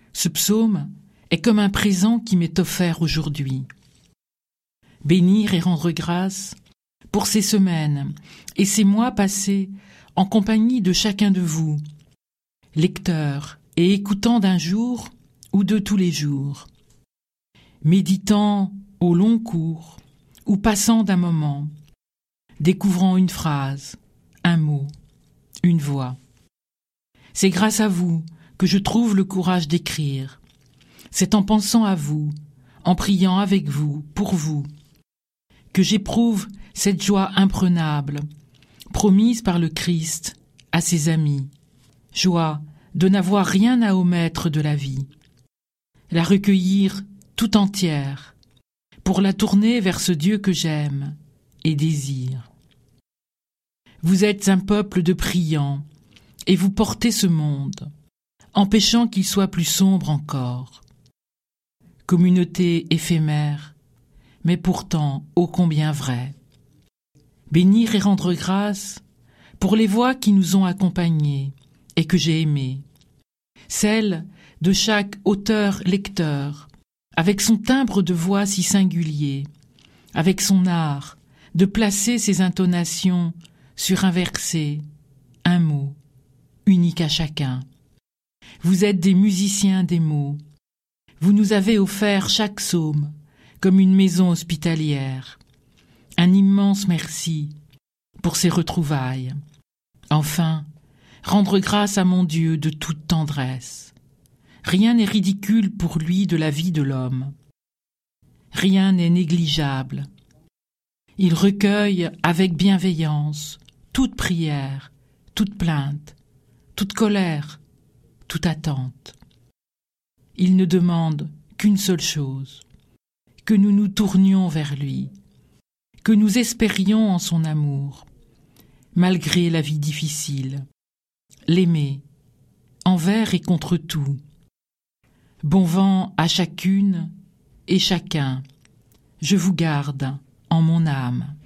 Ce psaume est comme un présent qui m'est offert aujourd'hui. Bénir et rendre grâce pour ces semaines et ces mois passés en compagnie de chacun de vous, lecteurs et écoutants d'un jour ou de tous les jours, méditant au long cours ou passant d'un moment, découvrant une phrase, un mot, une voix. C'est grâce à vous que je trouve le courage d'écrire. C'est en pensant à vous, en priant avec vous, pour vous, que j'éprouve cette joie imprenable, promise par le Christ à ses amis, joie de n'avoir rien à omettre de la vie, la recueillir tout entière, pour la tourner vers ce Dieu que j'aime et désire. Vous êtes un peuple de priants, et vous portez ce monde, empêchant qu'il soit plus sombre encore. Communauté éphémère, mais pourtant ô combien vraie. Bénir et rendre grâce pour les voix qui nous ont accompagnés et que j'ai aimées. Celles de chaque auteur-lecteur, avec son timbre de voix si singulier, avec son art de placer ses intonations sur un verset, un mot, unique à chacun. Vous êtes des musiciens des mots. Vous nous avez offert chaque psaume comme une maison hospitalière. Un immense merci pour ces retrouvailles. Enfin, rendre grâce à mon Dieu de toute tendresse. Rien n'est ridicule pour lui de la vie de l'homme. Rien n'est négligeable. Il recueille avec bienveillance toute prière, toute plainte, toute colère, toute attente. Il ne demande qu'une seule chose, que nous nous tournions vers lui, que nous espérions en son amour, malgré la vie difficile, l'aimer, envers et contre tout. Bon vent à chacune et chacun, je vous garde en mon âme.